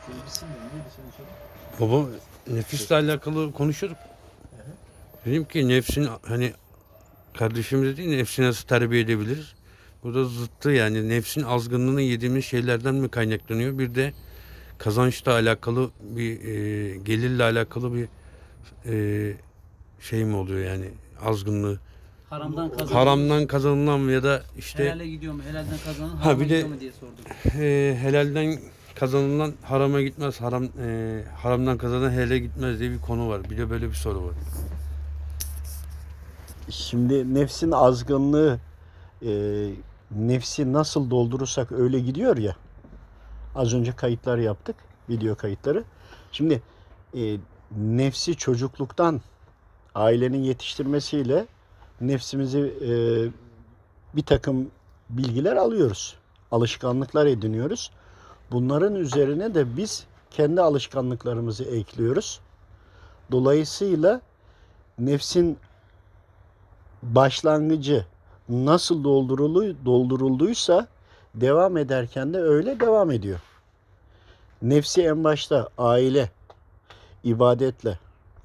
İsim neydi senin soru? Baba, nefisle alakalı konuşuyorduk. Dedim ki nefsin hani kardeşimiz dedi nefsi nasıl terbiye edebiliriz? Bu da zıttı, yani nefsin azgınlığını yediğimiz şeylerden mi kaynaklanıyor? Bir de kazançla alakalı bir gelirle alakalı bir e, şey mi oluyor yani azgınlığı? Haramdan kazanılmış. Haramdan kazanılan ya da işte Helale gidiyor mu? Helalden kazanan Ha, harama bir de- gidiyor mu diye sordum. helalden kazanılan harama gitmez. Haramdan kazanan helale gitmez diye bir konu var. Bir de böyle bir soru var. Şimdi nefsin azgınlığı e, nefsi nasıl doldurursak öyle gidiyor ya. Az önce kayıtlar yaptık. Video kayıtları. Şimdi nefsi çocukluktan ailenin yetiştirmesiyle nefsimizi bir takım bilgiler alıyoruz. Alışkanlıklar ediniyoruz. Bunların üzerine de biz kendi alışkanlıklarımızı ekliyoruz. Dolayısıyla nefsin başlangıcı nasıl doldurulduysa devam ederken de öyle devam ediyor. Nefsi en başta aile, ibadetle,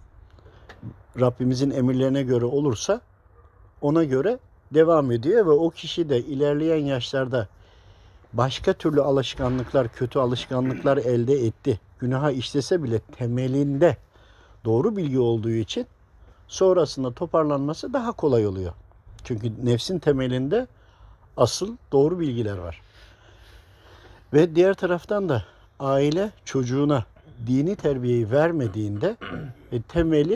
Rabbimizin emirlerine göre olursa ona göre devam ediyor ve o kişi de ilerleyen yaşlarda başka türlü alışkanlıklar, kötü alışkanlıklar elde etti. Günaha işlese bile temelinde doğru bilgi olduğu için sonrasında toparlanması daha kolay oluyor. Çünkü nefsin temelinde asıl doğru bilgiler var. Ve diğer taraftan da aile çocuğuna dini terbiyeyi vermediğinde temeli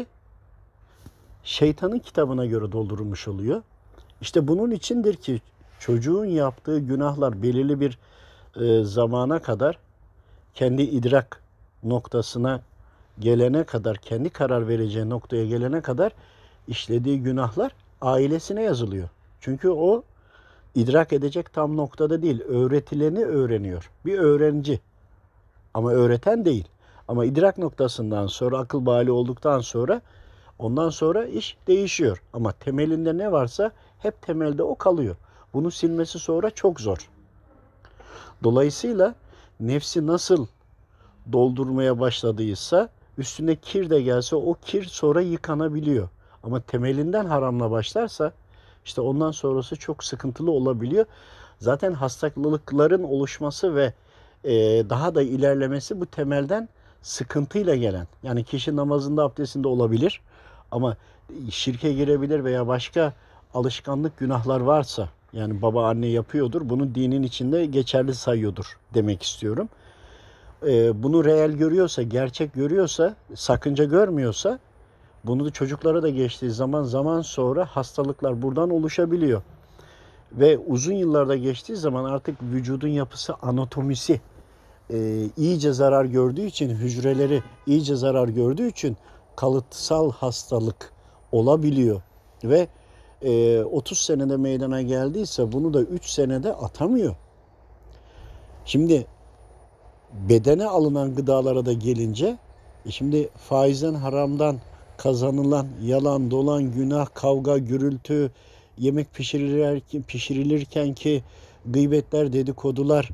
şeytanın kitabına göre doldurulmuş oluyor. İşte bunun içindir ki çocuğun yaptığı günahlar belirli bir zamana kadar kendi idrak noktasına gelene kadar, kendi karar vereceği noktaya gelene kadar işlediği günahlar ailesine yazılıyor. Çünkü o idrak edecek tam noktada değil, öğretileni öğreniyor. Bir öğrenci ama öğreten değil. Ama idrak noktasından sonra, akıl bali olduktan sonra ondan sonra iş değişiyor. Ama temelinde ne varsa hep temelde o kalıyor. Bunu silmesi sonra çok zor. Dolayısıyla nefsi nasıl doldurmaya başladıysa üstüne kir de gelse o kir sonra yıkanabiliyor. Ama temelinden haramla başlarsa işte ondan sonrası çok sıkıntılı olabiliyor. Zaten hastalıkların oluşması ve daha da ilerlemesi bu temelden sıkıntıyla gelen. Yani kişi namazında, abdestinde olabilir ama şirke girebilir veya başka alışkanlık günahlar varsa, yani baba anne yapıyordur, bunu dinin içinde geçerli sayıyordur demek istiyorum. Bunu reel görüyorsa, gerçek görüyorsa, sakınca görmüyorsa, bunu da çocuklara da geçtiği zaman sonra hastalıklar buradan oluşabiliyor. Ve uzun yıllarda geçtiği zaman artık vücudun yapısı, anatomisi iyice zarar gördüğü için, hücreleri iyice zarar gördüğü için kalıtsal hastalık olabiliyor. Ve 30 senede meydana geldiyse bunu da 3 senede atamıyor. Şimdi bedene alınan gıdalara da gelince şimdi faizden, haramdan kazanılan yalan, dolan, günah, kavga, gürültü, yemek pişirilirken ki gıybetler, dedikodular,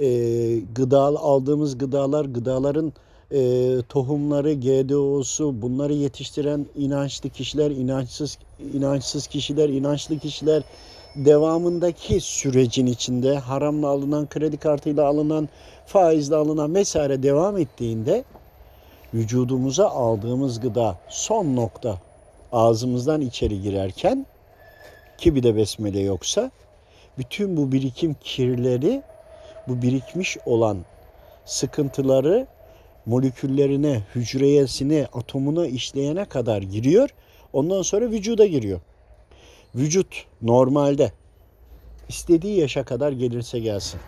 aldığımız gıdalar, gıdaların tohumları, GDO'su, bunları yetiştiren inançlı kişiler, inançsız kişiler, inançlı kişiler, devamındaki sürecin içinde haramla alınan, kredi kartıyla alınan, faizle alınan vesaire devam ettiğinde vücudumuza aldığımız gıda son nokta ağzımızdan içeri girerken, ki bir de besmele yoksa, bütün bu birikim kirleri, bu birikmiş olan sıkıntıları moleküllerine, hücreyesine, atomuna işleyene kadar giriyor. Ondan sonra vücuda giriyor. Vücut normalde istediği yaşa kadar gelirse gelsin,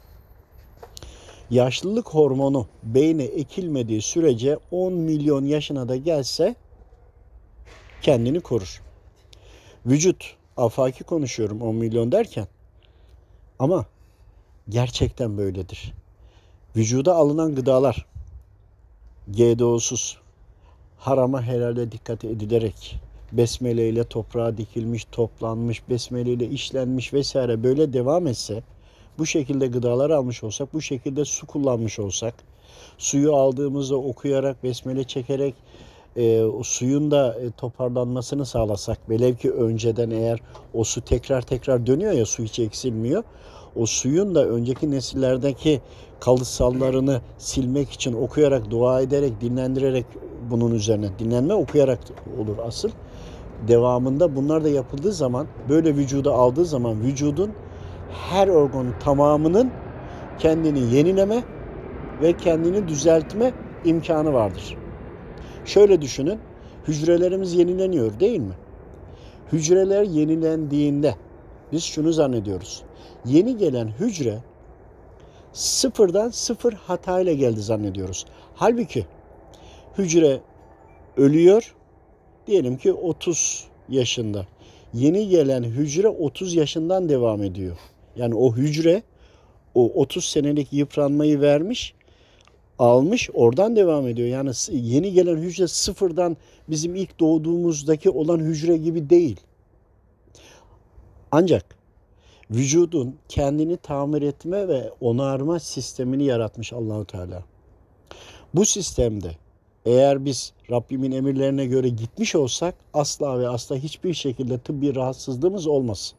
yaşlılık hormonu beyne ekilmediği sürece 10 milyon yaşına da gelse kendini korur. Vücut, afaki konuşuyorum 10 milyon derken, ama gerçekten böyledir. Vücuda alınan gıdalar GDO'suz, harama helale dikkat edilerek, besmele ile toprağa dikilmiş, toplanmış, besmele ile işlenmiş vesaire böyle devam etse, bu şekilde gıdalar almış olsak, bu şekilde su kullanmış olsak, suyu aldığımızda okuyarak, besmele çekerek o suyun da toparlanmasını sağlasak, velev ki önceden eğer o su tekrar tekrar dönüyor ya, su hiç eksilmiyor. O suyun da önceki nesillerdeki kalıtsallarını silmek için okuyarak, dua ederek, dinlendirerek bunun üzerine, dinlenme okuyarak olur asıl. Devamında bunlar da yapıldığı zaman, böyle vücuda aldığı zaman vücudun her organın tamamının kendini yenileme ve kendini düzeltme imkanı vardır. Şöyle düşünün, hücrelerimiz yenileniyor değil mi? Hücreler yenilendiğinde biz şunu zannediyoruz. Yeni gelen hücre sıfırdan sıfır hatayla geldi zannediyoruz. Halbuki hücre ölüyor, diyelim ki 30 yaşında. Yeni gelen hücre 30 yaşından devam ediyor. Yani o hücre o 30 senelik yıpranmayı vermiş, almış, oradan devam ediyor. Yani yeni gelen hücre sıfırdan bizim ilk doğduğumuzdaki olan hücre gibi değil. Ancak vücudun kendini tamir etme ve onarma sistemini yaratmış Allahu Teala. Bu sistemde eğer biz Rabbimin emirlerine göre gitmiş olsak asla ve asla hiçbir şekilde tıbbi rahatsızlığımız olmaz.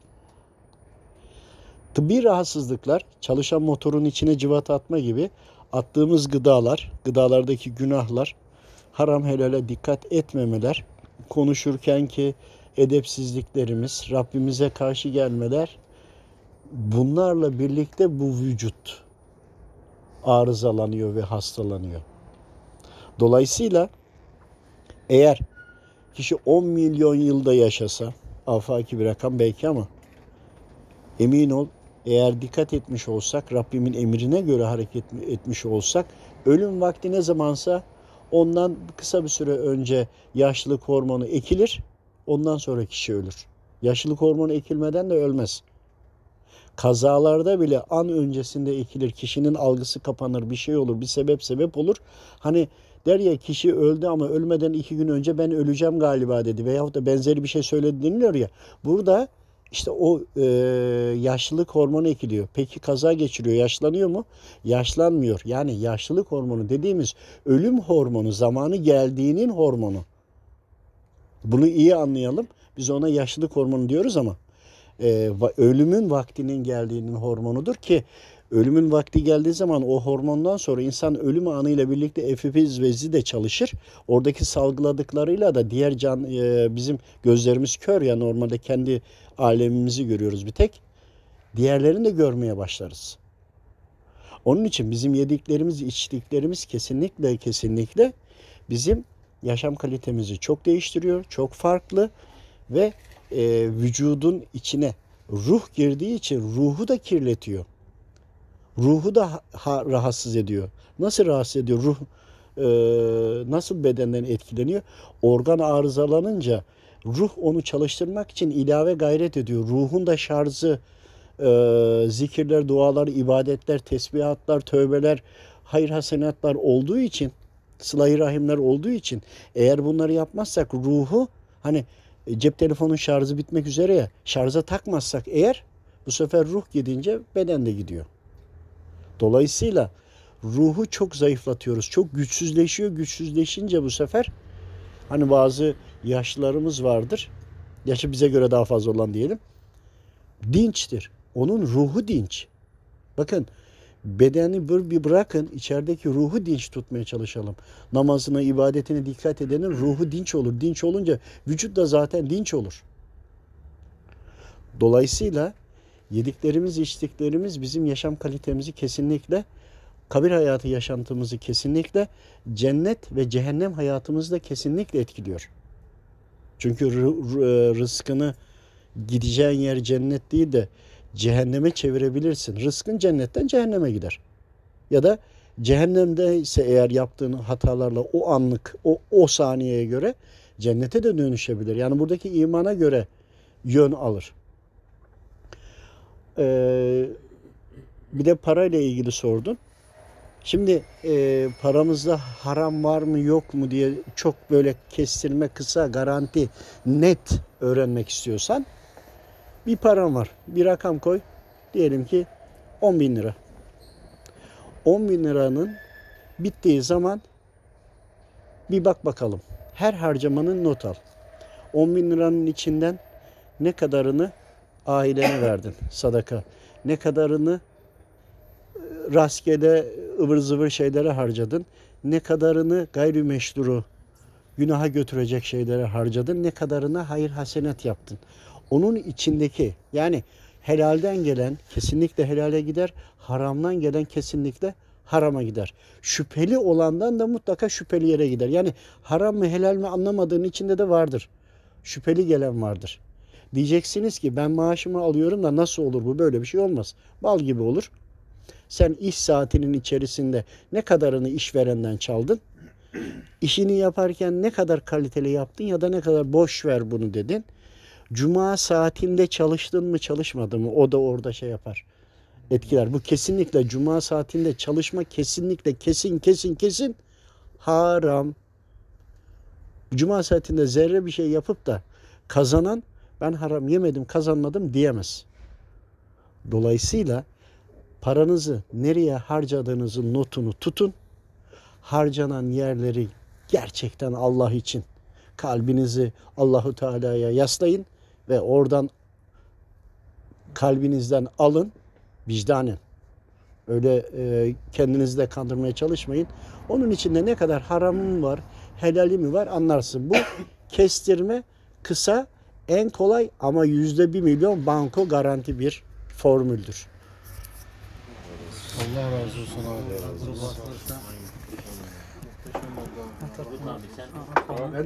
Tıbbi rahatsızlıklar çalışan motorun içine cıvata atma gibi, attığımız gıdalar, gıdalardaki günahlar, haram helale dikkat etmemeler, konuşurkenki edepsizliklerimiz, Rabbimize karşı gelmeler, bunlarla birlikte bu vücut arızalanıyor ve hastalanıyor. Dolayısıyla eğer kişi 10 milyon yılda yaşasa, afaki bir rakam belki ama emin ol, eğer dikkat etmiş olsak, Rabbimin emrine göre hareket etmiş olsak, ölüm vakti ne zamansa ondan kısa bir süre önce yaşlılık hormonu ekilir, ondan sonra kişi ölür. Yaşlılık hormonu ekilmeden de ölmez. Kazalarda bile an öncesinde ekilir, kişinin algısı kapanır, bir şey olur, bir sebep olur. Hani der ya, kişi öldü ama ölmeden 2 gün önce ben öleceğim galiba dedi veyahut da benzeri bir şey söyledi deniliyor ya. Burada işte o yaşlılık hormonu ekiliyor. Peki kaza geçiriyor, yaşlanıyor mu? Yaşlanmıyor. Yani yaşlılık hormonu dediğimiz ölüm hormonu, zamanı geldiğinin hormonu. Bunu iyi anlayalım. Biz ona yaşlılık hormonu diyoruz ama ölümün vaktinin geldiğinin hormonudur ki ölümün vakti geldiği zaman o hormondan sonra insan ölüm anıyla birlikte epifiz bezi de çalışır. Oradaki salgıladıklarıyla da diğer bizim gözlerimiz kör ya, normalde kendi alemimizi görüyoruz bir tek. Diğerlerini de görmeye başlarız. Onun için bizim yediklerimiz, içtiklerimiz kesinlikle bizim yaşam kalitemizi çok değiştiriyor, çok farklı ve vücudun içine ruh girdiği için ruhu da kirletiyor. Ruhu da rahatsız ediyor. Nasıl rahatsız ediyor? Ruh nasıl bedenden etkileniyor? Organ arızalanınca ruh onu çalıştırmak için ilave gayret ediyor. Ruhun da şarjı, zikirler, dualar, ibadetler, tesbihatlar, tövbeler, hayır hasenatlar olduğu için, sıla-i rahimler olduğu için eğer bunları yapmazsak ruhu, hani cep telefonun şarjı bitmek üzere ya, şarja takmazsak eğer bu sefer ruh gidince beden de gidiyor. Dolayısıyla ruhu çok zayıflatıyoruz. Çok güçsüzleşiyor. Güçsüzleşince bu sefer hani bazı yaşlılarımız vardır. Yaşı bize göre daha fazla olan diyelim. Dinçtir. Onun ruhu dinç. Bakın, bedeni bir bırakın, içerideki ruhu dinç tutmaya çalışalım. Namazına, ibadetine dikkat edenin ruhu dinç olur. Dinç olunca vücut da zaten dinç olur. Dolayısıyla yediklerimiz, içtiklerimiz bizim yaşam kalitemizi kesinlikle, kabir hayatı yaşantımızı kesinlikle, cennet ve cehennem hayatımızı da kesinlikle etkiliyor. Çünkü rızkını gideceğin yer cennet değil de cehenneme çevirebilirsin. Rızkın cennetten cehenneme gider. Ya da cehennemde ise eğer yaptığın hatalarla o anlık, o saniyeye göre cennete de dönüşebilir. Yani buradaki imana göre yön alır. Bir de parayla ilgili sordun. Şimdi paramızda haram var mı yok mu diye çok böyle kestirme, kısa, garanti, net öğrenmek istiyorsan bir param var. Bir rakam koy. Diyelim ki 10.000 lira. 10.000 liranın bittiği zaman bir bak bakalım. Her harcamanın not al. 10.000 liranın içinden ne kadarını ailene verdin sadaka. Ne kadarını rastgele ıvır zıvır şeylere harcadın. Ne kadarını gayrimeşru günaha götürecek şeylere harcadın. Ne kadarını hayır hasenat yaptın. Onun içindeki yani helalden gelen kesinlikle helale gider. Haramdan gelen kesinlikle harama gider. Şüpheli olandan da mutlaka şüpheli yere gider. Yani haram mı helal mi anlamadığın içinde de vardır. Şüpheli gelen vardır. Diyeceksiniz ki ben maaşımı alıyorum da nasıl olur bu? Böyle bir şey olmaz. Bal gibi olur. Sen iş saatinin içerisinde ne kadarını işverenden çaldın? İşini yaparken ne kadar kaliteli yaptın ya da ne kadar boş ver bunu dedin? Cuma saatinde çalıştın mı çalışmadın mı? O da orada şey yapar. Etkiler. Bu kesinlikle cuma saatinde çalışma kesinlikle kesin haram. Cuma saatinde zerre bir şey yapıp da kazanan ben haram yemedim kazanmadım diyemez. Dolayısıyla paranızı nereye harcadığınızın notunu tutun. Harcanan yerleri gerçekten Allah için kalbinizi Allahu Teala'ya yaslayın ve oradan kalbinizden alın vicdanen. Öyle kendinizi de kandırmaya çalışmayın. Onun içinde ne kadar haramı mı var, helali mi var anlarsın. Bu kestirme kısa, en kolay ama %1.000.000 banko garanti bir formüldür. Allah razı olsun abi. Abi sen